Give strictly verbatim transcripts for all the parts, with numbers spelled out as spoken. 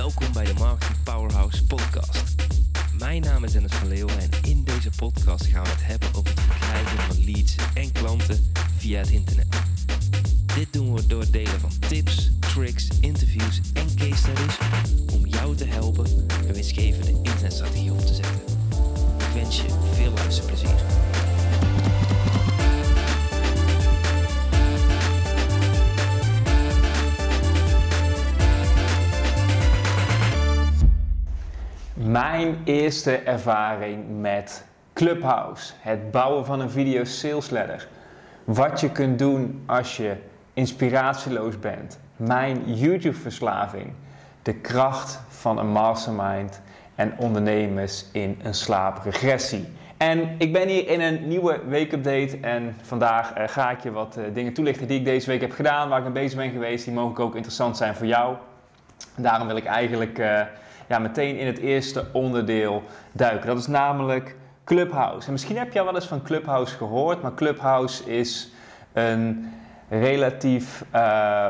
Welkom bij de Marketing Powerhouse podcast. Mijn naam is Dennis van Leeuwen en in deze podcast gaan we het hebben over het verkrijgen van leads en klanten via het internet. Dit doen we door het delen van tips, tricks, interviews en case studies om jou te helpen een winstgevende internetstrategie op te zetten. Ik wens je veel luisterplezier. Mijn eerste ervaring met Clubhouse, het bouwen van een video sales ladder, wat je kunt doen als je inspiratieloos bent, mijn YouTube verslaving, de kracht van een mastermind en ondernemers in een slaapregressie. En ik ben hier in een nieuwe weekupdate en vandaag uh, ga ik je wat uh, dingen toelichten die ik deze week heb gedaan, waar ik mee bezig ben geweest, die mogelijk ook interessant zijn voor jou. En daarom wil ik eigenlijk uh, ja, meteen in het eerste onderdeel duiken. Dat is namelijk Clubhouse. En misschien heb je al wel eens van Clubhouse gehoord, maar Clubhouse is een relatief uh,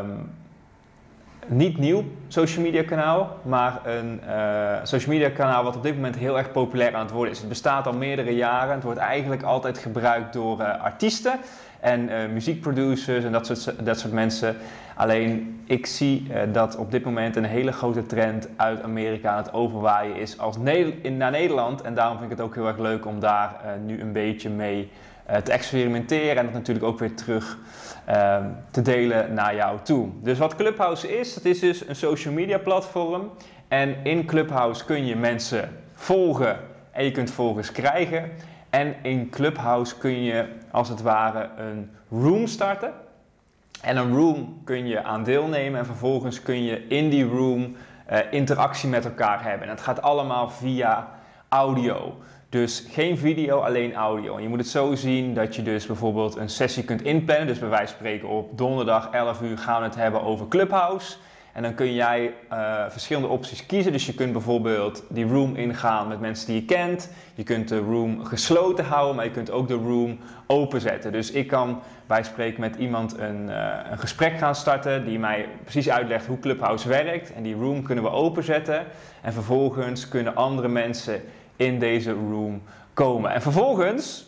niet nieuw social media kanaal, maar een uh, social media kanaal wat op dit moment heel erg populair aan het worden is. Het bestaat al meerdere jaren. Het wordt eigenlijk altijd gebruikt door uh, artiesten en uh, muziekproducers en dat soort, dat soort mensen. Alleen ik zie uh, dat op dit moment een hele grote trend uit Amerika aan het overwaaien is als ne- in, naar Nederland. En daarom vind ik het ook heel erg leuk om daar uh, nu een beetje mee uh, te experimenteren en dat natuurlijk ook weer terug uh, te delen naar jou toe. Dus wat Clubhouse is, dat is dus een social media platform. En in Clubhouse kun je mensen volgen en je kunt volgers krijgen. En in Clubhouse kun je als het ware een room starten. En een room kun je aan deelnemen en vervolgens kun je in die room uh, interactie met elkaar hebben. En het gaat allemaal via audio. Dus geen video, alleen audio. En je moet het zo zien dat je dus bijvoorbeeld een sessie kunt inplannen. Dus bij wijze van spreken op donderdag elf uur gaan we het hebben over Clubhouse. En dan kun jij uh, verschillende opties kiezen. Dus je kunt bijvoorbeeld die room ingaan met mensen die je kent. Je kunt de room gesloten houden, maar je kunt ook de room openzetten. Dus ik kan bij spreken met iemand een, uh, een gesprek gaan starten die mij precies uitlegt hoe Clubhouse werkt. En die room kunnen we openzetten. En vervolgens kunnen andere mensen in deze room komen. En vervolgens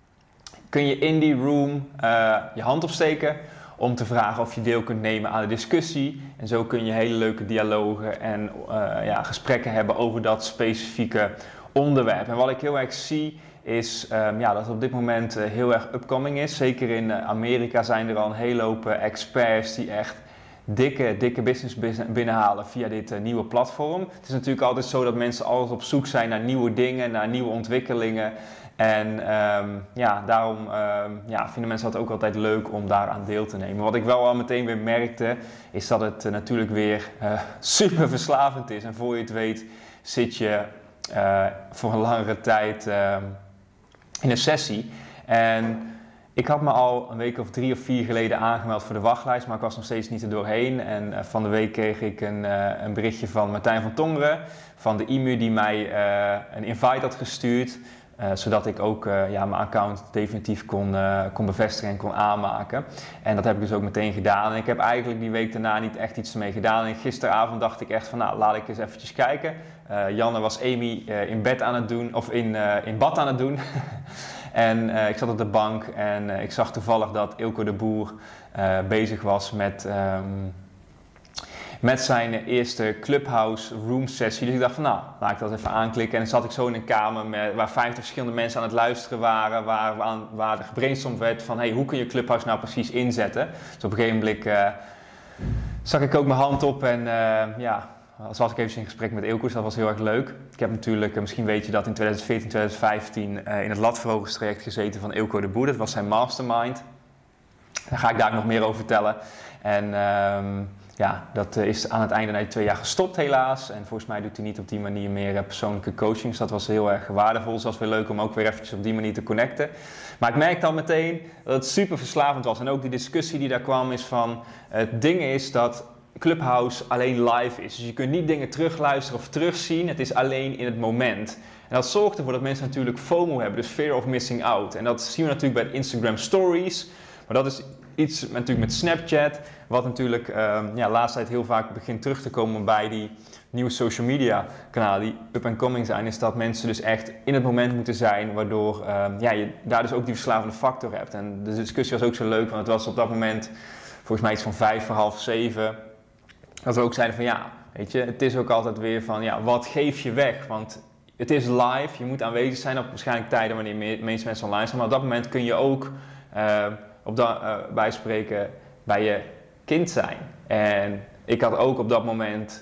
kun je in die room uh, je hand opsteken om te vragen of je deel kunt nemen aan de discussie. En zo kun je hele leuke dialogen en uh, ja, gesprekken hebben over dat specifieke onderwerp. En wat ik heel erg zie is um, ja, dat het op dit moment uh, heel erg upcoming is. Zeker in uh, Amerika zijn er al een hele hoop uh, experts die echt dikke, dikke business binnenhalen via dit uh, nieuwe platform. Het is natuurlijk altijd zo dat mensen altijd op zoek zijn naar nieuwe dingen, naar nieuwe ontwikkelingen. En um, ja, daarom um, ja, vinden mensen dat ook altijd leuk om daaraan deel te nemen. Wat ik wel al meteen weer merkte, is dat het uh, natuurlijk weer uh, super verslavend is. En voor je het weet zit je uh, voor een langere tijd uh, in een sessie. En ik had me al een week of drie of vier geleden aangemeld voor de wachtlijst, maar ik was nog steeds niet er doorheen. En uh, van de week kreeg ik een, uh, een berichtje van Martijn van Tongeren van de I M U die mij uh, een invite had gestuurd. Uh, zodat ik ook uh, ja, mijn account definitief kon, uh, kon bevestigen en kon aanmaken. En dat heb ik dus ook meteen gedaan. En ik heb eigenlijk die week daarna niet echt iets ermee gedaan. En gisteravond dacht ik echt van, nou, laat ik eens eventjes kijken. Uh, Janne was Amy uh, in bed aan het doen, of in, uh, in bad aan het doen. En uh, ik zat op de bank en uh, ik zag toevallig dat Eelco de Boer uh, bezig was met... Um, Met zijn eerste Clubhouse room sessie. Dus ik dacht van nou, laat ik dat even aanklikken. En dan zat ik zo in een kamer met, waar vijftig verschillende mensen aan het luisteren waren. Waar, waar, waar er gebrainstormd werd van hey, hoe kun je Clubhouse nou precies inzetten. Dus op een gegeven moment uh, zag ik ook mijn hand op en uh, ja, zat ik even in gesprek met Eelco. Dus dat was heel erg leuk. Ik heb natuurlijk, uh, misschien weet je dat in twintig veertien, twintig vijftien uh, in het latverhogerstraject gezeten van Eelco de Boer. Dat was zijn mastermind. Daar ga ik daar nog meer over vertellen. En... Um, Ja, dat is aan het einde na die twee jaar gestopt helaas. En volgens mij doet hij niet op die manier meer persoonlijke coaching. Dus dat was heel erg waardevol. Dus dat was weer leuk om ook weer eventjes op die manier te connecten. Maar ik merkte al meteen dat het super verslavend was. En ook die discussie die daar kwam is van... Het ding is dat Clubhouse alleen live is. Dus je kunt niet dingen terugluisteren of terugzien. Het is alleen in het moment. En dat zorgt ervoor dat mensen natuurlijk FOMO hebben. Dus fear of missing out. En dat zien we natuurlijk bij de Instagram stories... Maar dat is iets natuurlijk met Snapchat, wat natuurlijk uh, ja, de laatste tijd heel vaak begint terug te komen bij die nieuwe social media kanalen die up and coming zijn, is dat mensen dus echt in het moment moeten zijn, waardoor uh, ja, je daar dus ook die verslavende factor hebt. En de discussie was ook zo leuk, want het was op dat moment volgens mij iets van vijf voor half zeven, dat we ook zeiden van ja, weet je, het is ook altijd weer van ja, wat geef je weg? Want het is live, je moet aanwezig zijn op waarschijnlijk tijden wanneer de meeste mensen online zijn, maar op dat moment kun je ook uh, op dat, uh, bij spreken bij je kind zijn. En ik had ook op dat moment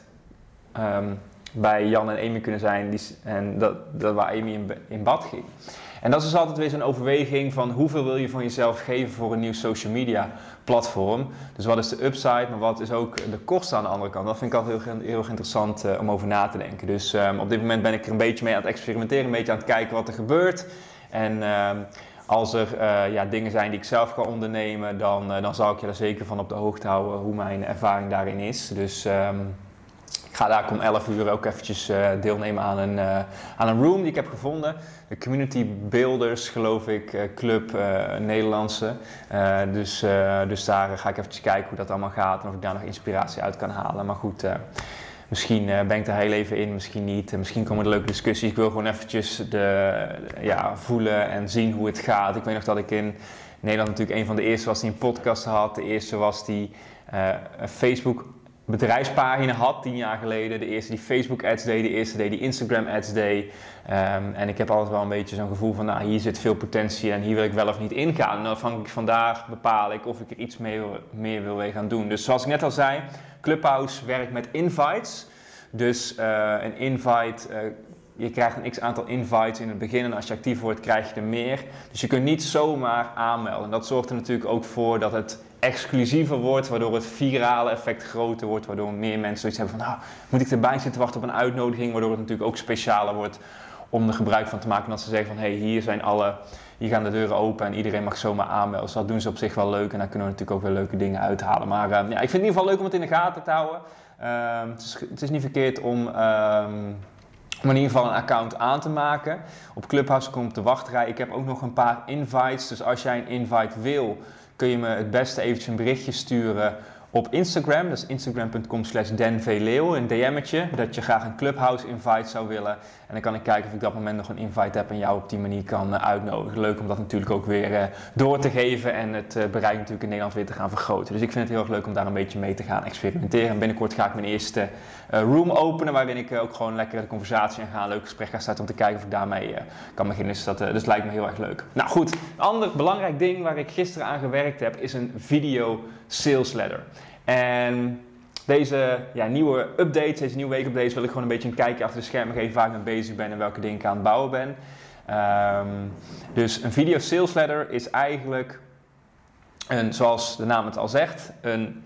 um, bij Jan en Amy kunnen zijn die, en dat, dat waar Amy in, in bad ging. En dat is dus altijd weer zo'n overweging van hoeveel wil je van jezelf geven voor een nieuw social media platform. Dus wat is de upside, maar wat is ook de kosten aan de andere kant. Dat vind ik altijd heel, heel erg interessant uh, om over na te denken. Dus um, op dit moment ben ik er een beetje mee aan het experimenteren, een beetje aan het kijken wat er gebeurt. En um, als er uh, ja, dingen zijn die ik zelf kan ondernemen, dan, uh, dan zal ik je er zeker van op de hoogte houden hoe mijn ervaring daarin is. Dus um, ik ga daar om elf uur ook eventjes uh, deelnemen aan een, uh, aan een room die ik heb gevonden. De Community Builders, geloof ik, uh, club, uh, Nederlandse. Uh, dus, uh, dus daar ga ik eventjes kijken hoe dat allemaal gaat en of ik daar nog inspiratie uit kan halen. Maar goed, uh, misschien uh, ben ik daar heel even in, misschien niet. Uh, misschien komen er leuke discussies. Ik wil gewoon eventjes de, ja, voelen en zien hoe het gaat. Ik weet nog dat ik in Nederland natuurlijk een van de eerste was die een podcast had. De eerste was die uh, een Facebook bedrijfspagina had, tien jaar geleden. De eerste die Facebook ads deed, de eerste deed die Instagram ads deed. Um, en ik heb altijd wel een beetje zo'n gevoel van, nou, hier zit veel potentie en hier wil ik wel of niet ingaan. En afhankelijk van daar bepaal ik of ik er iets mee, meer wil mee gaan doen. Dus zoals ik net al zei, Clubhouse werkt met invites. Dus uh, een invite, uh, je krijgt een x-aantal invites in het begin en als je actief wordt krijg je er meer. Dus je kunt niet zomaar aanmelden. En dat zorgt er natuurlijk ook voor dat het exclusiever wordt, waardoor het virale effect groter wordt, waardoor meer mensen zoiets hebben van, nou, moet ik erbij zitten wachten op een uitnodiging, waardoor het natuurlijk ook specialer wordt om er gebruik van te maken. En dat ze zeggen van, hé, hey, hier zijn alle, hier gaan de deuren open en iedereen mag zomaar aanmelden. Dus dat doen ze op zich wel leuk en daar kunnen we natuurlijk ook weer leuke dingen uithalen. Maar uh, ja, ik vind het in ieder geval leuk om het in de gaten te houden. Uh, het, is, het is niet verkeerd om, uh, om in ieder geval een account aan te maken. Op Clubhouse komt de wachtrij. Ik heb ook nog een paar invites, dus als jij een invite wil, kun je me het beste eventjes een berichtje sturen op Instagram. Dat is instagram punt com slash denvleeuw, een D M'tje, dat je graag een Clubhouse invite zou willen. En dan kan ik kijken of ik op dat moment nog een invite heb en jou op die manier kan uh, uitnodigen. Leuk om dat natuurlijk ook weer uh, door te geven en het uh, bereik natuurlijk in Nederland weer te gaan vergroten. Dus ik vind het heel erg leuk om daar een beetje mee te gaan experimenteren. En binnenkort ga ik mijn eerste uh, room openen, waarin ik uh, ook gewoon lekker de conversatie en ga, een leuk gesprek ga starten om te kijken of ik daarmee uh, kan beginnen. Dus dat, uh, dus het lijkt me heel erg leuk. Nou goed, een ander belangrijk ding waar ik gisteren aan gewerkt heb, is een video sales ladder. En deze ja, nieuwe updates, deze nieuwe weekupdates, wil ik gewoon een beetje een kijkje achter de schermen geven waar ik mee bezig ben en welke dingen ik aan het bouwen ben. Um, dus een video sales ladder is eigenlijk, een, zoals de naam het al zegt, een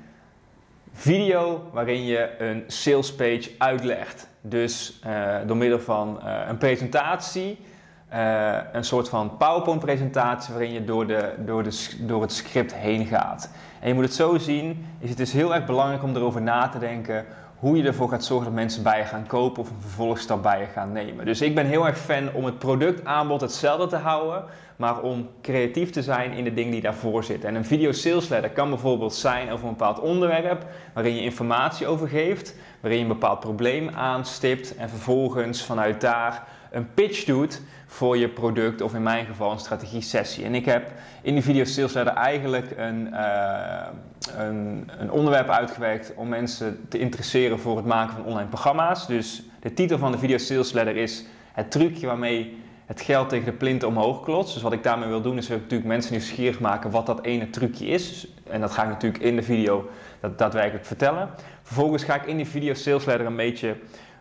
video waarin je een sales page uitlegt. Dus uh, door middel van uh, een presentatie, uh, een soort van PowerPoint presentatie waarin je door, de, door, de, door het script heen gaat. En je moet het zo zien, is het is heel erg belangrijk om erover na te denken hoe je ervoor gaat zorgen dat mensen bij je gaan kopen of een vervolgstap bij je gaan nemen. Dus ik ben heel erg fan om het productaanbod hetzelfde te houden, maar om creatief te zijn in de dingen die daarvoor zitten. En een video sales ladder kan bijvoorbeeld zijn over een bepaald onderwerp, waarin je informatie over geeft, waarin je een bepaald probleem aanstipt en vervolgens vanuit daar een pitch doet voor je product of in mijn geval een strategie-sessie. En ik heb in die video sales ladder eigenlijk een, uh, een, een onderwerp uitgewerkt om mensen te interesseren voor het maken van online programma's. Dus de titel van de video sales ladder is het trucje waarmee het geld tegen de plint omhoog klotst. Dus wat ik daarmee wil doen is natuurlijk mensen nieuwsgierig maken wat dat ene trucje is. En dat ga ik natuurlijk in de video dat, daadwerkelijk vertellen. Vervolgens ga ik in die video sales ladder een beetje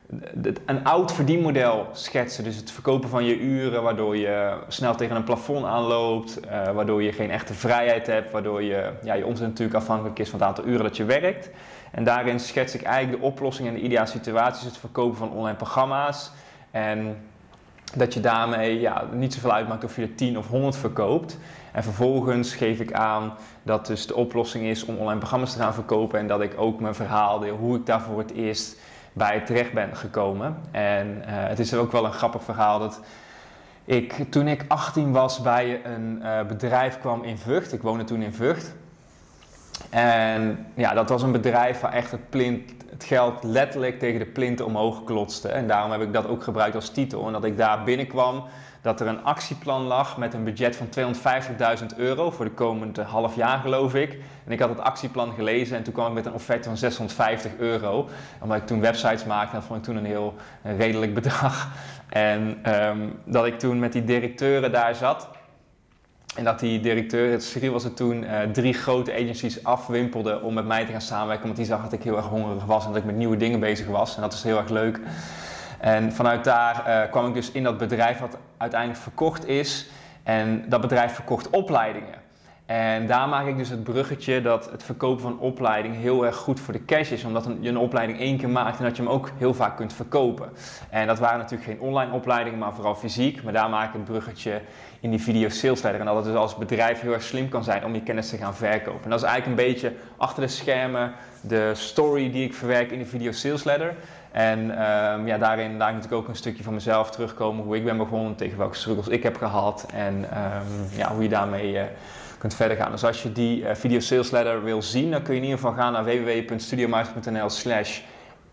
een oud verdienmodel schetsen. Dus het verkopen van je uren, waardoor je snel tegen een plafond aanloopt, uh, waardoor je geen echte vrijheid hebt, waardoor je, ja, je omzet natuurlijk afhankelijk is van het aantal uren dat je werkt. En daarin schets ik eigenlijk de oplossing en de ideale situaties, het verkopen van online programma's. En dat je daarmee ja, niet zoveel uitmaakt of je er tien of honderd verkoopt. En vervolgens geef ik aan dat dus de oplossing is om online programma's te gaan verkopen en dat ik ook mijn verhaal deel, hoe ik daar voor het eerst bij terecht ben gekomen. En uh, het is ook wel een grappig verhaal dat ik, toen ik achttien was bij een uh, bedrijf kwam in Vught. Ik woonde toen in Vught. En ja, dat was een bedrijf waar echt het, plint, het geld letterlijk tegen de plinten omhoog klotste. En daarom heb ik dat ook gebruikt als titel. En dat ik daar binnenkwam, dat er een actieplan lag met een budget van tweehonderdvijftigduizend euro voor de komende half jaar, geloof ik. En ik had het actieplan gelezen en toen kwam ik met een offerte van zeshonderdvijftig euro. Omdat ik toen websites maakte, dat vond ik toen een heel een redelijk bedrag. En um, dat ik toen met die directeuren daar zat. En dat die directeur, het Cyril was het toen, uh, drie grote agencies afwimpelde om met mij te gaan samenwerken. Want die zag dat ik heel erg hongerig was en dat ik met nieuwe dingen bezig was. En dat was heel erg leuk. En vanuit daar uh, kwam ik dus in dat bedrijf wat uiteindelijk verkocht is. En dat bedrijf verkocht opleidingen. En daar maak ik dus het bruggetje dat het verkopen van opleiding heel erg goed voor de cash is. Omdat je een opleiding één keer maakt en dat je hem ook heel vaak kunt verkopen. En dat waren natuurlijk geen online opleidingen, maar vooral fysiek. Maar daar maak ik het bruggetje in die video sales letter. En dat het dus als bedrijf heel erg slim kan zijn om je kennis te gaan verkopen. En dat is eigenlijk een beetje achter de schermen de story die ik verwerk in de video sales letter. En um, ja, daarin laat ik natuurlijk ook een stukje van mezelf terugkomen. Hoe ik ben begonnen, tegen welke struggles ik heb gehad. En um, ja, hoe je daarmee uh, kunt verder gaan. Dus als je die uh, video sales letter wil zien, dan kun je in ieder geval gaan naar w w w punt studiomaster.nl slash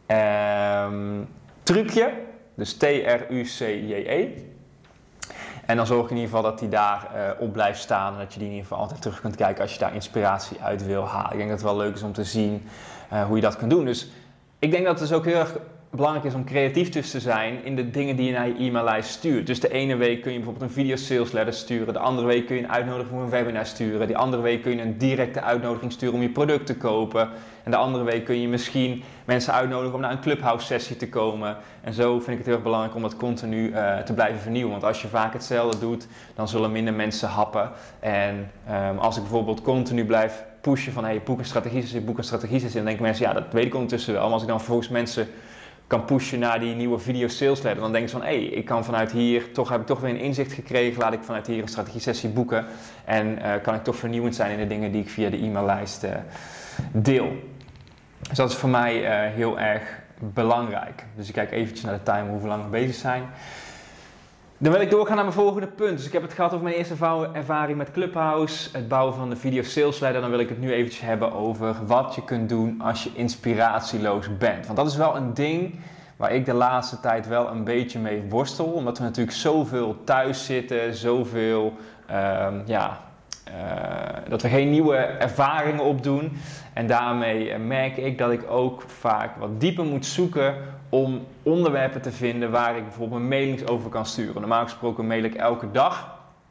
trucje. Dus T R U C J E. En dan zorg ik in ieder geval dat die daar uh, op blijft staan. En dat je die in ieder geval altijd terug kunt kijken als je daar inspiratie uit wil halen. Ik denk dat het wel leuk is om te zien uh, hoe je dat kunt doen. Dus ik denk dat het dus ook heel erg belangrijk is om creatief dus te zijn in de dingen die je naar je e-maillijst stuurt. Dus de ene week kun je bijvoorbeeld een video sales letter sturen. De andere week kun je een uitnodiging voor een webinar sturen. Die andere week kun je een directe uitnodiging sturen om je product te kopen. En de andere week kun je misschien mensen uitnodigen om naar een Clubhouse sessie te komen. En zo vind ik het heel erg belangrijk om dat continu uh, te blijven vernieuwen. Want als je vaak hetzelfde doet, dan zullen minder mensen happen. En um, als ik bijvoorbeeld continu blijf pushen van hey, boek een strategie, boek een strategie, dan denken mensen ja, dat weet ik ondertussen wel. Maar als ik dan vervolgens mensen kan pushen naar die nieuwe video sales letter, dan denken ze van hé, hey, ik kan vanuit hier, toch heb ik toch weer een inzicht gekregen, laat ik vanuit hier een strategie sessie boeken en uh, kan ik toch vernieuwend zijn in de dingen die ik via de e-maillijst uh, deel. Dus dat is voor mij uh, heel erg belangrijk. Dus ik kijk eventjes naar de timer, hoeveel lang we bezig zijn. Dan wil ik doorgaan naar mijn volgende punt. Dus ik heb het gehad over mijn eerste ervaring met Clubhouse, het bouwen van de video sales letter. Dan wil ik het nu eventjes hebben over wat je kunt doen als je inspiratieloos bent. Want dat is wel een ding waar ik de laatste tijd wel een beetje mee worstel. Omdat we natuurlijk zoveel thuis zitten, zoveel, um, ja, uh, dat we geen nieuwe ervaringen opdoen. En daarmee merk ik dat ik ook vaak wat dieper moet zoeken om onderwerpen te vinden waar ik bijvoorbeeld mijn mailings over kan sturen. Normaal gesproken mail ik elke dag.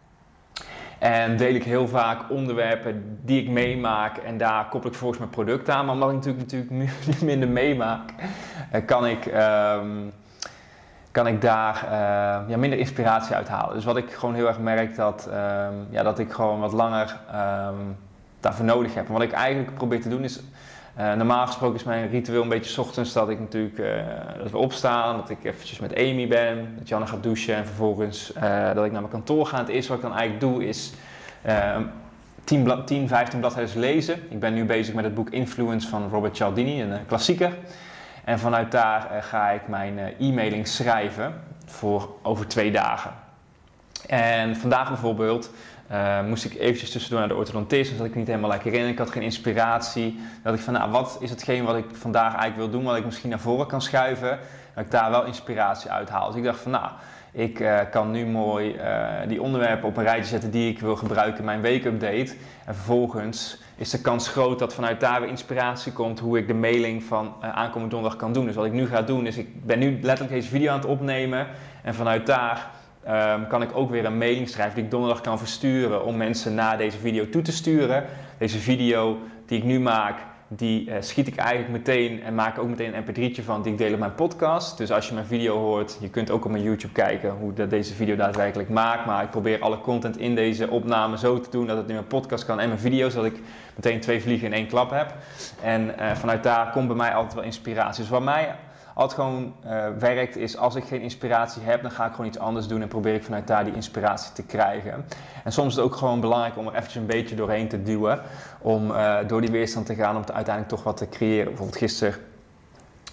En deel ik heel vaak onderwerpen die ik meemaak en daar koppel ik volgens mijn product aan. Maar omdat ik natuurlijk, natuurlijk minder meemaak, kan ik, um, kan ik daar uh, ja, minder inspiratie uithalen. Dus wat ik gewoon heel erg merk, dat, um, ja, dat ik gewoon wat langer um, daarvoor nodig heb. En wat ik eigenlijk probeer te doen is, Uh, normaal gesproken is mijn ritueel een beetje 's ochtends dat ik natuurlijk uh, dat we opstaan, dat ik eventjes met Amy ben, dat Janne gaat douchen en vervolgens uh, dat ik naar mijn kantoor ga. Het eerste wat ik dan eigenlijk doe is uh, tien, vijftien bladzijden lezen. Ik ben nu bezig met het boek Influence van Robert Cialdini, een uh, klassieker. En vanuit daar uh, ga ik mijn uh, e-mailing schrijven voor over twee dagen. En vandaag bijvoorbeeld Uh, moest ik eventjes tussendoor naar de orthodontist, dus zat ik niet helemaal lekker in. Ik had geen inspiratie. Dat ik van, nou, wat is hetgeen wat ik vandaag eigenlijk wil doen, wat ik misschien naar voren kan schuiven, dat ik daar wel inspiratie uit haal. Dus ik dacht van, nou, ik uh, kan nu mooi uh, die onderwerpen op een rijtje zetten die ik wil gebruiken in mijn weekupdate. En vervolgens is de kans groot dat vanuit daar weer inspiratie komt hoe ik de mailing van uh, aankomende donderdag kan doen. Dus wat ik nu ga doen is, ik ben nu letterlijk deze video aan het opnemen en vanuit daar Um, kan ik ook weer een mailing schrijven die ik donderdag kan versturen om mensen naar deze video toe te sturen. Deze video die ik nu maak, die uh, schiet ik eigenlijk meteen en maak ook meteen een M P drie'tje van die ik deel op mijn podcast. Dus als je mijn video hoort, je kunt ook op mijn YouTube kijken hoe dat deze video daadwerkelijk maakt. Maar ik probeer alle content in deze opname zo te doen dat het in mijn podcast kan en mijn video's, zodat ik meteen twee vliegen in één klap heb. En uh, vanuit daar komt bij mij altijd wel inspiratie. Dus wat mij altijd gewoon uh, werkt is, als ik geen inspiratie heb, dan ga ik gewoon iets anders doen en probeer ik vanuit daar die inspiratie te krijgen. En soms is het ook gewoon belangrijk om er eventjes een beetje doorheen te duwen, om uh, door die weerstand te gaan, om te uiteindelijk toch wat te creëren. Bijvoorbeeld gisteren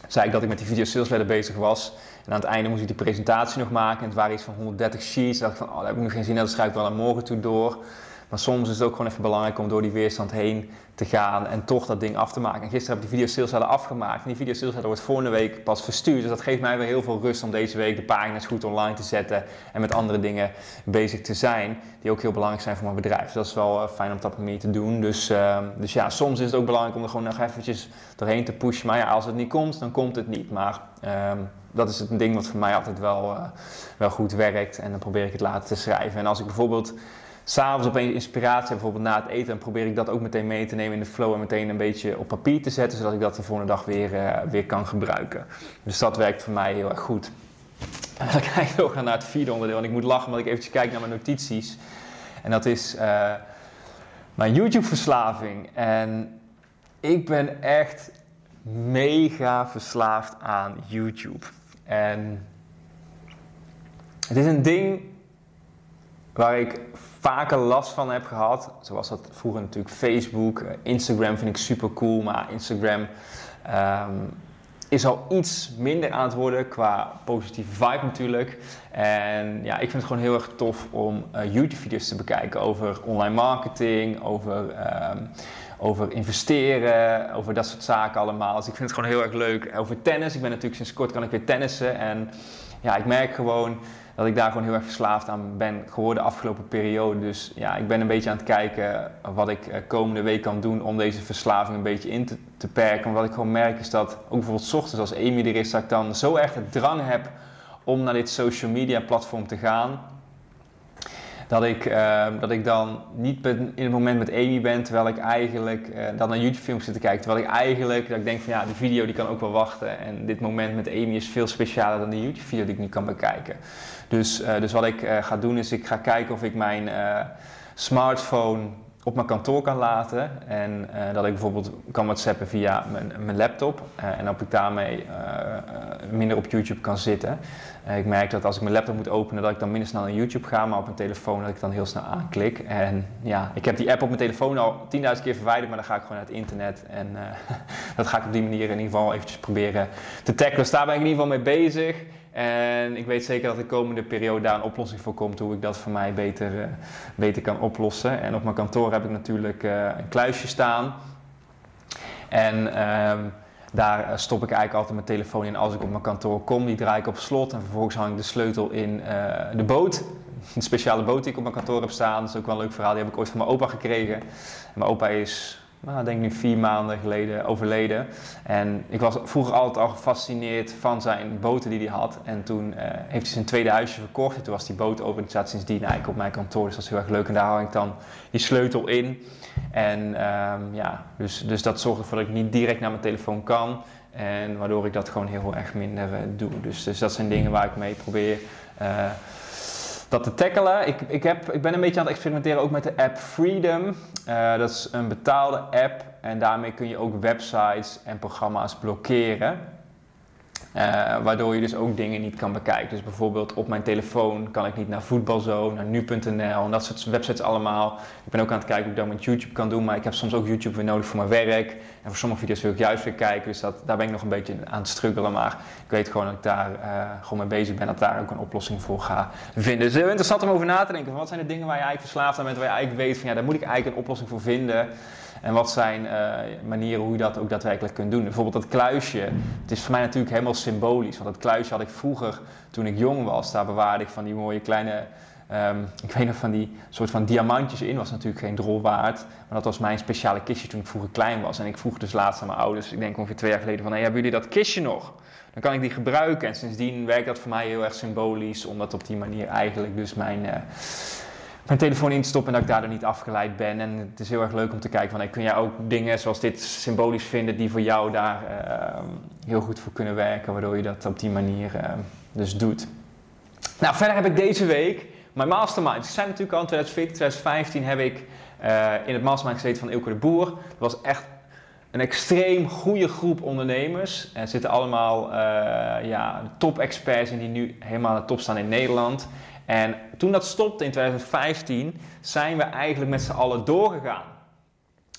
zei ik dat ik met die video sales letter bezig was. En aan het einde moest ik die presentatie nog maken. En het waren iets van honderddertig sheets. Toen dacht ik van, oh, daar heb ik nog geen zin in. Dat schrijf ik wel aan morgen toe door. Maar soms is het ook gewoon even belangrijk om door die weerstand heen te gaan en toch dat ding af te maken. En gisteren heb ik die video sales letter afgemaakt. En die video sales letter wordt volgende week pas verstuurd. Dus dat geeft mij weer heel veel rust om deze week de pagina's goed online te zetten. En met andere dingen bezig te zijn. Die ook heel belangrijk zijn voor mijn bedrijf. Dus dat is wel uh, fijn om dat op manier te doen. Dus, uh, dus ja, soms is het ook belangrijk om er gewoon nog eventjes doorheen te pushen. Maar ja, als het niet komt, dan komt het niet. Maar um, dat is het ding wat voor mij altijd wel, uh, wel goed werkt. En dan probeer ik het later te schrijven. En als ik bijvoorbeeld 's'avonds opeens inspiratie heb, bijvoorbeeld na het eten, dan probeer ik dat ook meteen mee te nemen in de flow en meteen een beetje op papier te zetten, zodat ik dat de volgende dag weer, uh, weer kan gebruiken. Dus dat werkt voor mij heel erg goed. En dan ga ik doorgaan naar het vierde onderdeel, en ik moet lachen omdat ik eventjes kijk naar mijn notities. En dat is uh, mijn YouTube-verslaving. En ik ben echt mega verslaafd aan YouTube. En het is een ding waar ik vaker last van heb gehad. Zoals dat vroeger natuurlijk Facebook, Instagram vind ik super cool. Maar Instagram um, is al iets minder aan het worden qua positieve vibe natuurlijk. En ja, ik vind het gewoon heel erg tof om uh, YouTube-video's te bekijken over online marketing, over, um, over investeren, over dat soort zaken allemaal. Dus ik vind het gewoon heel erg leuk. Over tennis, ik ben natuurlijk sinds kort kan ik weer tennissen. En ja, ik merk gewoon dat ik daar gewoon heel erg verslaafd aan ben geworden de afgelopen periode. Dus ja, ik ben een beetje aan het kijken wat ik uh, komende week kan doen om deze verslaving een beetje in te, te perken. Maar wat ik gewoon merk is dat, ook bijvoorbeeld 's ochtends als Amy er is, dat ik dan zo erg de drang heb om naar dit social media platform te gaan. Dat ik, uh, dat ik dan niet in het moment met Amy ben, terwijl ik eigenlijk uh, dan naar YouTube films zit te kijken. Terwijl ik eigenlijk, dat ik denk van ja, die video die kan ook wel wachten. En dit moment met Amy is veel specialer dan die YouTube video die ik nu kan bekijken. Dus, uh, dus wat ik uh, ga doen is, ik ga kijken of ik mijn uh, smartphone op mijn kantoor kan laten. En uh, dat ik bijvoorbeeld kan whatsappen via mijn, mijn laptop. Uh, en dat ik daarmee uh, uh, minder op YouTube kan zitten. Uh, ik merk dat als ik mijn laptop moet openen, dat ik dan minder snel naar YouTube ga. Maar op mijn telefoon dat ik dan heel snel aanklik. En ja, ik heb die app op mijn telefoon al tienduizend keer verwijderd. Maar dan ga ik gewoon naar het internet. En uh, dat ga ik op die manier in ieder geval eventjes proberen te tacklen. Dus daar ben ik in ieder geval mee bezig. En ik weet zeker dat de komende periode daar een oplossing voor komt, hoe ik dat voor mij beter, uh, beter kan oplossen. En op mijn kantoor heb ik natuurlijk uh, een kluisje staan. En uh, daar stop ik eigenlijk altijd mijn telefoon in als ik op mijn kantoor kom. Die draai ik op slot en vervolgens hang ik de sleutel in uh, de boot. Een speciale boot die ik op mijn kantoor heb staan. Dat is ook wel een leuk verhaal, die heb ik ooit van mijn opa gekregen. En mijn opa is, nou, ik denk nu vier maanden geleden overleden. En ik was vroeger altijd al gefascineerd van zijn boten die hij had. En toen uh, heeft hij zijn tweede huisje verkocht. En toen was die boot open en die staat sindsdien eigenlijk op mijn kantoor. Dus dat is heel erg leuk. En daar hang ik dan die sleutel in. En um, ja, dus, dus dat zorgt ervoor dat ik niet direct naar mijn telefoon kan. En waardoor ik dat gewoon heel erg minder uh, doe. Dus, dus dat zijn dingen waar ik mee probeer uh, dat te tackelen. Ik, ik, heb, ik ben een beetje aan het experimenteren ook met de app Freedom. Uh, dat is een betaalde app en daarmee kun je ook websites en programma's blokkeren. Uh, waardoor je dus ook dingen niet kan bekijken. Dus bijvoorbeeld op mijn telefoon kan ik niet naar Voetbalzone, naar nu punt n l en dat soort websites allemaal. Ik ben ook aan het kijken hoe ik dat met YouTube kan doen, maar ik heb soms ook YouTube weer nodig voor mijn werk. En voor sommige video's wil ik juist weer kijken, dus dat, daar ben ik nog een beetje aan het struggelen. Maar ik weet gewoon dat ik daar uh, gewoon mee bezig ben, dat daar ook een oplossing voor ga vinden. Dus heel interessant om over na te denken, van wat zijn de dingen waar je eigenlijk verslaafd aan bent, waar je eigenlijk weet van ja, daar moet ik eigenlijk een oplossing voor vinden. En wat zijn uh, manieren hoe je dat ook daadwerkelijk kunt doen. Bijvoorbeeld dat kluisje. Het is voor mij natuurlijk helemaal symbolisch. Want dat kluisje had ik vroeger, toen ik jong was, daar bewaarde ik van die mooie kleine, um, ik weet nog van die soort van diamantjes in. Was natuurlijk geen drol waard. Maar dat was mijn speciale kistje toen ik vroeger klein was. En ik vroeg dus laatst aan mijn ouders, ik denk ongeveer twee jaar geleden, van hey, hebben jullie dat kistje nog? Dan kan ik die gebruiken. En sindsdien werkt dat voor mij heel erg symbolisch. Omdat op die manier eigenlijk dus mijn... Uh, mijn telefoon in te stoppen en dat ik daardoor niet afgeleid ben. En het is heel erg leuk om te kijken van, hey, kun jij ook dingen zoals dit symbolisch vinden die voor jou daar uh, heel goed voor kunnen werken, waardoor je dat op die manier uh, dus doet. Nou, verder heb ik deze week mijn mastermind. Ik zei natuurlijk al in twintig veertien, twintig vijftien heb ik uh, in het mastermind gezeten van Eelco de Boer. Dat was echt een extreem goede groep ondernemers. Er zitten allemaal uh, ja, top-experts in die nu helemaal aan de top staan in Nederland. En toen dat stopte in twintig vijftien zijn we eigenlijk met z'n allen doorgegaan.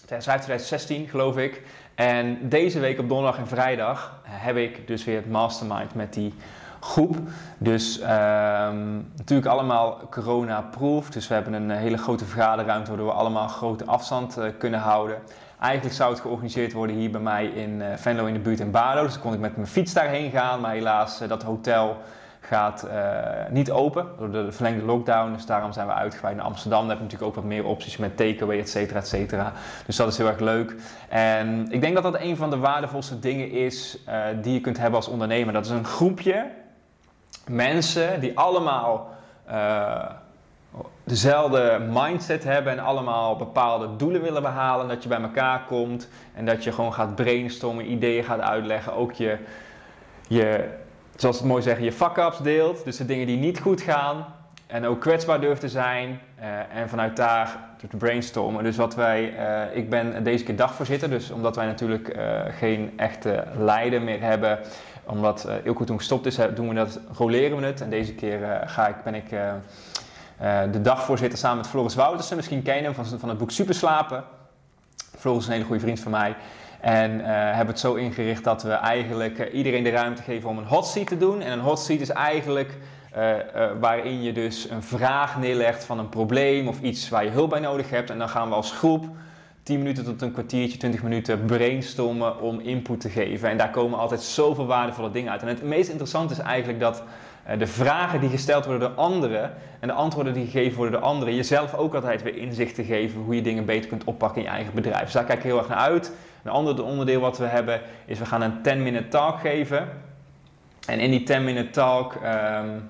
twintig zestien geloof ik. En deze week op donderdag en vrijdag heb ik dus weer het mastermind met die groep. Dus um, natuurlijk allemaal corona-proof. Dus we hebben een hele grote vergaderruimte waardoor we allemaal grote afstand uh, kunnen houden. Eigenlijk zou het georganiseerd worden hier bij mij in uh, Venlo in de buurt in Baarlo. Dus dan kon ik met mijn fiets daarheen gaan. Maar helaas, uh, dat hotel gaat uh, niet open door de verlengde lockdown. Dus daarom zijn we uitgewaaid naar Amsterdam. Daar heb je natuurlijk ook wat meer opties met takeaway, et cetera, et cetera. Dus dat is heel erg leuk. En ik denk dat dat een van de waardevolste dingen is uh, die je kunt hebben als ondernemer. Dat is een groepje mensen die allemaal uh, dezelfde mindset hebben en allemaal bepaalde doelen willen behalen. Dat je bij elkaar komt en dat je gewoon gaat brainstormen, ideeën gaat uitleggen. Ook je, je zoals het mooi zeggen, je fuck-ups deelt. Dus de dingen die niet goed gaan. En ook kwetsbaar durft te zijn. Uh, en vanuit daar te brainstormen. Dus wat wij, uh, ik ben deze keer dagvoorzitter. Dus omdat wij natuurlijk uh, geen echte leider meer hebben. Omdat uh, Ilko toen gestopt is, doen we dat, roleren we het. En deze keer uh, ga ik, ben ik uh, uh, de dagvoorzitter samen met Floris Woutersen. Misschien ken je hem van, van het boek Superslapen. Floris is een hele goede vriend van mij. En uh, hebben het zo ingericht dat we eigenlijk uh, iedereen de ruimte geven om een hot seat te doen. En een hot seat is eigenlijk uh, uh, waarin je dus een vraag neerlegt van een probleem of iets waar je hulp bij nodig hebt. En dan gaan we als groep tien minuten tot een kwartiertje, twintig minuten brainstormen om input te geven. En daar komen altijd zoveel waardevolle dingen uit. En het meest interessante is eigenlijk dat uh, de vragen die gesteld worden door anderen en de antwoorden die gegeven worden door anderen, jezelf ook altijd weer inzichten geven hoe je dingen beter kunt oppakken in je eigen bedrijf. Dus daar kijk ik heel erg naar uit. Een ander onderdeel wat we hebben is we gaan een ten minute talk geven. En in die ten minute talk um,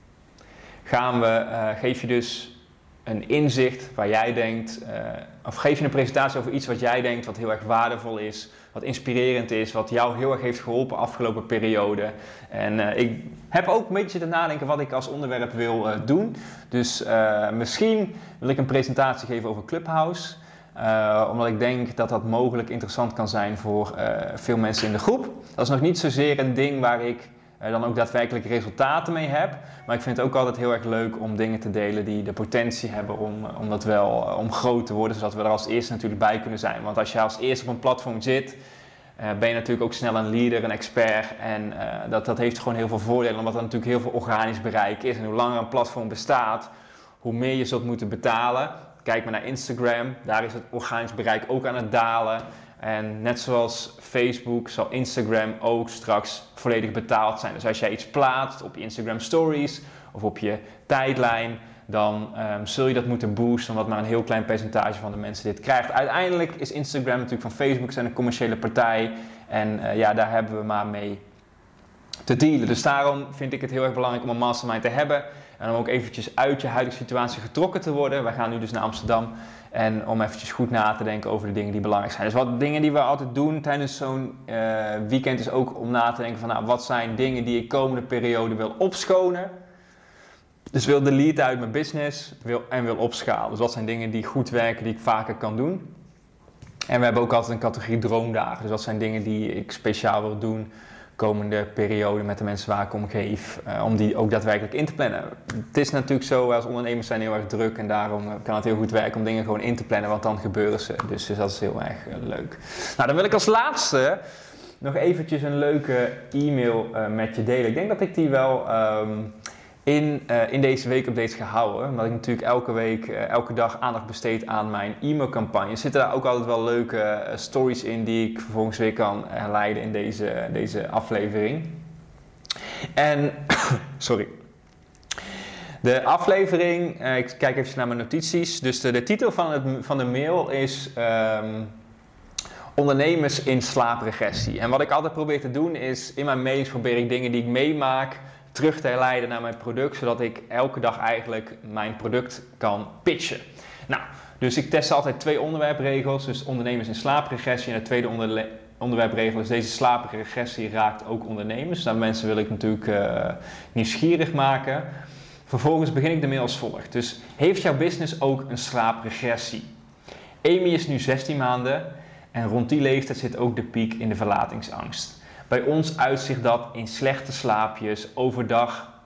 gaan we, uh, geef je dus een inzicht waar jij denkt, uh, of geef je een presentatie over iets wat jij denkt wat heel erg waardevol is, wat inspirerend is, wat jou heel erg heeft geholpen afgelopen periode. En uh, ik heb ook een beetje te nadenken wat ik als onderwerp wil uh, doen. Dus uh, misschien wil ik een presentatie geven over Clubhouse. Uh, omdat ik denk dat dat mogelijk interessant kan zijn voor uh, veel mensen in de groep. Dat is nog niet zozeer een ding waar ik uh, dan ook daadwerkelijk resultaten mee heb. Maar ik vind het ook altijd heel erg leuk om dingen te delen die de potentie hebben om, om dat wel uh, om groot te worden. Zodat we er als eerste natuurlijk bij kunnen zijn. Want als je als eerste op een platform zit, uh, ben je natuurlijk ook snel een leader, een expert. En uh, dat, dat heeft gewoon heel veel voordelen, omdat er natuurlijk heel veel organisch bereik is. En hoe langer een platform bestaat, hoe meer je zult moeten betalen. Kijk maar naar Instagram, daar is het organisch bereik ook aan het dalen. En net zoals Facebook zal Instagram ook straks volledig betaald zijn. Dus als jij iets plaatst op je Instagram stories of op je tijdlijn, dan um, zul je dat moeten boosten, omdat maar een heel klein percentage van de mensen dit krijgt. Uiteindelijk is Instagram natuurlijk van Facebook zijn een commerciële partij. En uh, ja, daar hebben we maar mee te dealen. Dus daarom vind ik het heel erg belangrijk om een mastermind te hebben. En om ook eventjes uit je huidige situatie getrokken te worden. Wij gaan nu dus naar Amsterdam. En om eventjes goed na te denken over de dingen die belangrijk zijn. Dus wat dingen die we altijd doen tijdens zo'n uh, weekend is ook om na te denken van nou, wat zijn dingen die ik komende periode wil opschonen. Dus wil deleten uit mijn business wil, en wil opschalen. Dus wat zijn dingen die goed werken, die ik vaker kan doen. En we hebben ook altijd een categorie droomdagen. Dus dat zijn dingen die ik speciaal wil doen komende periode met de mensen waar ik om geef, uh, om die ook daadwerkelijk in te plannen. Het is natuurlijk zo, als ondernemers zijn heel erg druk en daarom uh, kan het heel goed werken om dingen gewoon in te plannen, want dan gebeuren ze. Dus, dus dat is heel erg uh, leuk. Nou, dan wil ik als laatste nog eventjes een leuke e-mail uh, met je delen. Ik denk dat ik die wel um, in, uh, in deze week updates ga houden, omdat ik natuurlijk elke week, uh, elke dag aandacht besteed aan mijn e-mailcampagne. Er zitten daar ook altijd wel leuke uh, stories in die ik vervolgens weer kan herleiden in deze, deze aflevering. En, sorry. De aflevering, uh, ik kijk even naar mijn notities. Dus de, de titel van, het, van de mail is um, Ondernemers in slaapregressie. En wat ik altijd probeer te doen is, in mijn mails probeer ik dingen die ik meemaak terug te herleiden naar mijn product, zodat ik elke dag eigenlijk mijn product kan pitchen. Nou, dus ik test altijd twee onderwerpregels, dus ondernemers in slaapregressie en de tweede onderle- onderwerpregel is deze slaapregressie raakt ook ondernemers. Nou, mensen wil ik natuurlijk uh, nieuwsgierig maken. Vervolgens begin ik de mail als volgt. Dus heeft jouw business ook een slaapregressie? Amy is nu zestien maanden en rond die leeftijd zit ook de piek in de verlatingsangst. Bij ons uitzicht dat in slechte slaapjes overdag,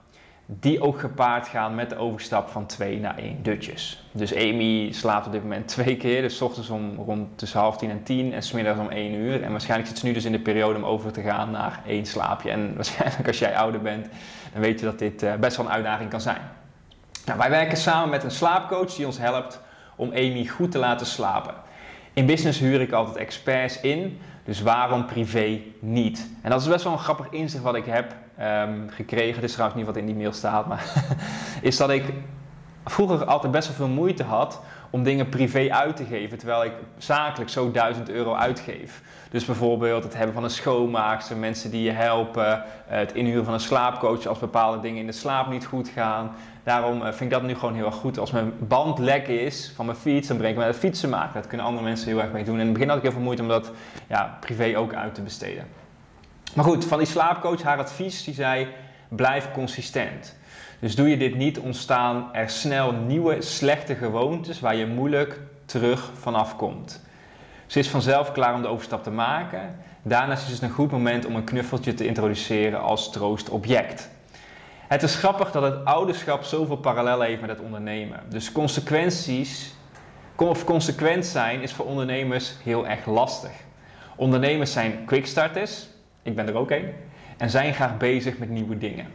die ook gepaard gaan met de overstap van twee naar één dutjes. Dus Amy slaapt op dit moment twee keer, dus 's ochtends om rond tussen half tien en tien en 's middags om één uur. En waarschijnlijk zit ze nu dus in de periode om over te gaan naar één slaapje. En waarschijnlijk als jij ouder bent, dan weet je dat dit uh, best wel een uitdaging kan zijn. Nou, wij werken samen met een slaapcoach die ons helpt om Amy goed te laten slapen. In business huur ik altijd experts in, dus waarom privé niet? En dat is best wel een grappig inzicht wat ik heb um, gekregen. Het is trouwens niet wat in die mail staat, maar is dat ik vroeger altijd best wel veel moeite had om dingen privé uit te geven, terwijl ik zakelijk zo duizend euro uitgeef. Dus bijvoorbeeld het hebben van een schoonmaakster, mensen die je helpen, het inhuren van een slaapcoach als bepaalde dingen in de slaap niet goed gaan. Daarom vind ik dat nu gewoon heel erg goed. Als mijn band lek is van mijn fiets, dan breng ik me naar het fietsen maken. Dat kunnen andere mensen heel erg mee doen. En in het begin had ik heel veel moeite om dat ja, privé ook uit te besteden. Maar goed, van die slaapcoach, haar advies, die zei, blijf consistent. Dus doe je dit niet, ontstaan er snel nieuwe slechte gewoontes waar je moeilijk terug vanaf komt. Ze is vanzelf klaar om de overstap te maken. Daarnaast is het een goed moment om een knuffeltje te introduceren als troostobject. Het is grappig dat het ouderschap zoveel parallellen heeft met het ondernemen. Dus consequenties, of consequent zijn is voor ondernemers heel erg lastig. Ondernemers zijn quickstarters, ik ben er ook een, en zijn graag bezig met nieuwe dingen.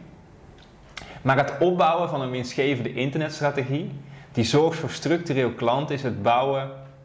Maar het opbouwen van een winstgevende internetstrategie, die zorgt voor structureel klanten, is het bouwen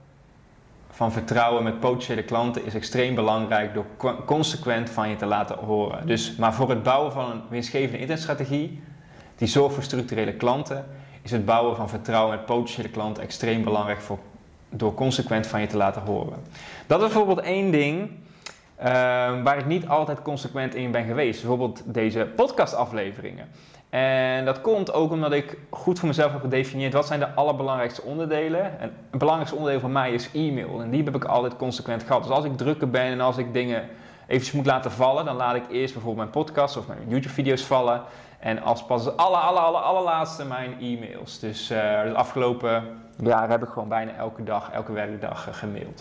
van vertrouwen met potentiële klanten is extreem belangrijk door consequent van je te laten horen. Dus, maar voor het bouwen van een winstgevende internetstrategie, die zorgt voor structurele klanten, is het bouwen van vertrouwen met potentiële klanten extreem belangrijk voor, door consequent van je te laten horen. Dat is bijvoorbeeld één ding uh, waar ik niet altijd consequent in ben geweest. Bijvoorbeeld deze podcastafleveringen. En dat komt ook omdat ik goed voor mezelf heb gedefinieerd wat zijn de allerbelangrijkste onderdelen. En het belangrijkste onderdeel van mij is e-mail. En die heb ik altijd consequent gehad. Dus als ik drukker ben en als ik dingen eventjes moet laten vallen, dan laat ik eerst bijvoorbeeld mijn podcast of mijn YouTube-video's vallen. En als pas het aller, aller, aller, allerlaatste mijn e-mails. Dus uh, de afgelopen jaren heb ik gewoon bijna elke dag, elke werkdag uh, gemaild.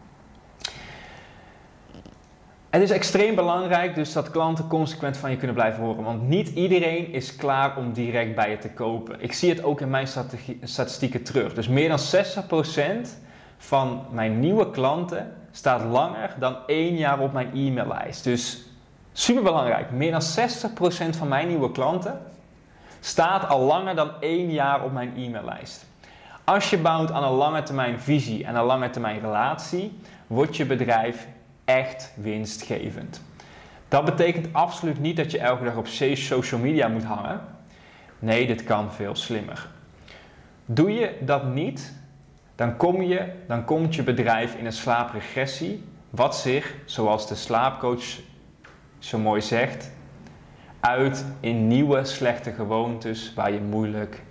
Het is extreem belangrijk dus dat klanten consequent van je kunnen blijven horen. Want niet iedereen is klaar om direct bij je te kopen. Ik zie het ook in mijn statistieken terug. Dus meer dan zestig procent van mijn nieuwe klanten staat langer dan één jaar op mijn e-maillijst. Dus super belangrijk. Meer dan zestig procent van mijn nieuwe klanten staat al langer dan één jaar op mijn e-maillijst. Als je bouwt aan een lange termijn visie en een lange termijn relatie, wordt je bedrijf echt winstgevend. Dat betekent absoluut niet dat je elke dag op social media moet hangen. Nee, dit kan veel slimmer. Doe je dat niet, dan, kom je, dan komt je bedrijf in een slaapregressie, wat zich, zoals de slaapcoach zo mooi zegt, uit in nieuwe slechte gewoontes waar je moeilijk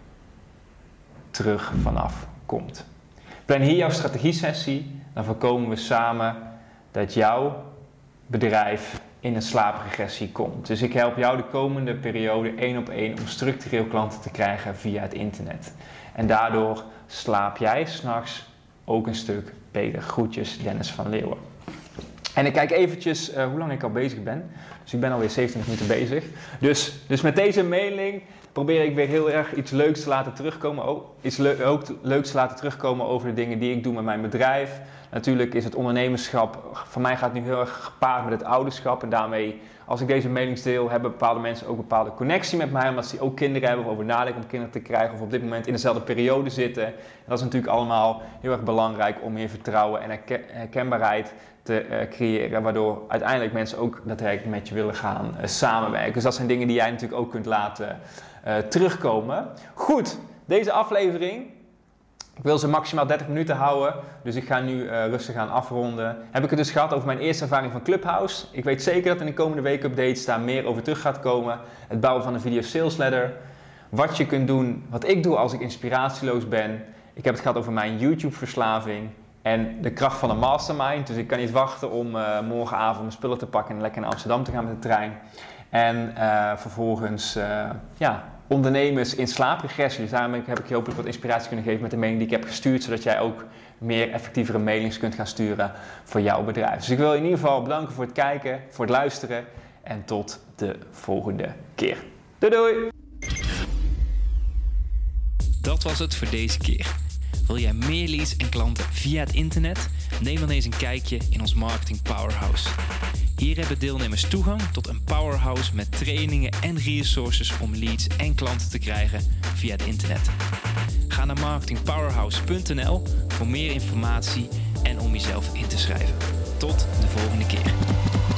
terug vanaf komt. Plan hier jouw strategie-sessie, dan voorkomen we samen dat jouw bedrijf in een slaapregressie komt. Dus ik help jou de komende periode één op één om structureel klanten te krijgen via het internet. En daardoor slaap jij 's nachts ook een stuk beter. Groetjes, Dennis van Leeuwen. En ik kijk eventjes uh, hoe lang ik al bezig ben. Dus ik ben alweer zeventien minuten bezig. Dus, dus met deze mailing probeer ik weer heel erg iets leuks te laten terugkomen. Oh, iets le- ook leuks te laten terugkomen over de dingen die ik doe met mijn bedrijf. Natuurlijk is het ondernemerschap, voor mij gaat het nu heel erg gepaard met het ouderschap. En daarmee, als ik deze mailings deel, hebben bepaalde mensen ook een bepaalde connectie met mij. Omdat ze ook kinderen hebben of over nadenken om kinderen te krijgen. Of op dit moment in dezelfde periode zitten. En dat is natuurlijk allemaal heel erg belangrijk om meer vertrouwen en herken- herkenbaarheid te uh, creëren. Waardoor uiteindelijk mensen ook daadwerkelijk met je willen gaan uh, samenwerken. Dus dat zijn dingen die jij natuurlijk ook kunt laten uh, terugkomen. Goed, deze aflevering. Ik wil ze maximaal dertig minuten houden, dus ik ga nu uh, rustig aan afronden. Heb ik het dus gehad over mijn eerste ervaring van Clubhouse. Ik weet zeker dat in de komende week updates daar meer over terug gaat komen. Het bouwen van een video sales ladder. Wat je kunt doen, wat ik doe als ik inspiratieloos ben. Ik heb het gehad over mijn YouTube verslaving en de kracht van een mastermind. Dus ik kan niet wachten om uh, morgenavond mijn spullen te pakken en lekker naar Amsterdam te gaan met de trein. En uh, vervolgens, uh, ja... ondernemers in slaapregressie. Dus daarom heb ik je hopelijk wat inspiratie kunnen geven met de mailing die ik heb gestuurd, zodat jij ook meer effectievere mailings kunt gaan sturen voor jouw bedrijf. Dus ik wil je in ieder geval bedanken voor het kijken, voor het luisteren en tot de volgende keer. Doei doei! dat was het voor deze keer. Wil jij meer leads en klanten via het internet? Neem dan eens een kijkje in ons Marketing Powerhouse. Hier hebben deelnemers toegang tot een powerhouse met trainingen en resources om leads en klanten te krijgen via het internet. Ga naar marketing powerhouse punt n l voor meer informatie en om jezelf in te schrijven. Tot de volgende keer.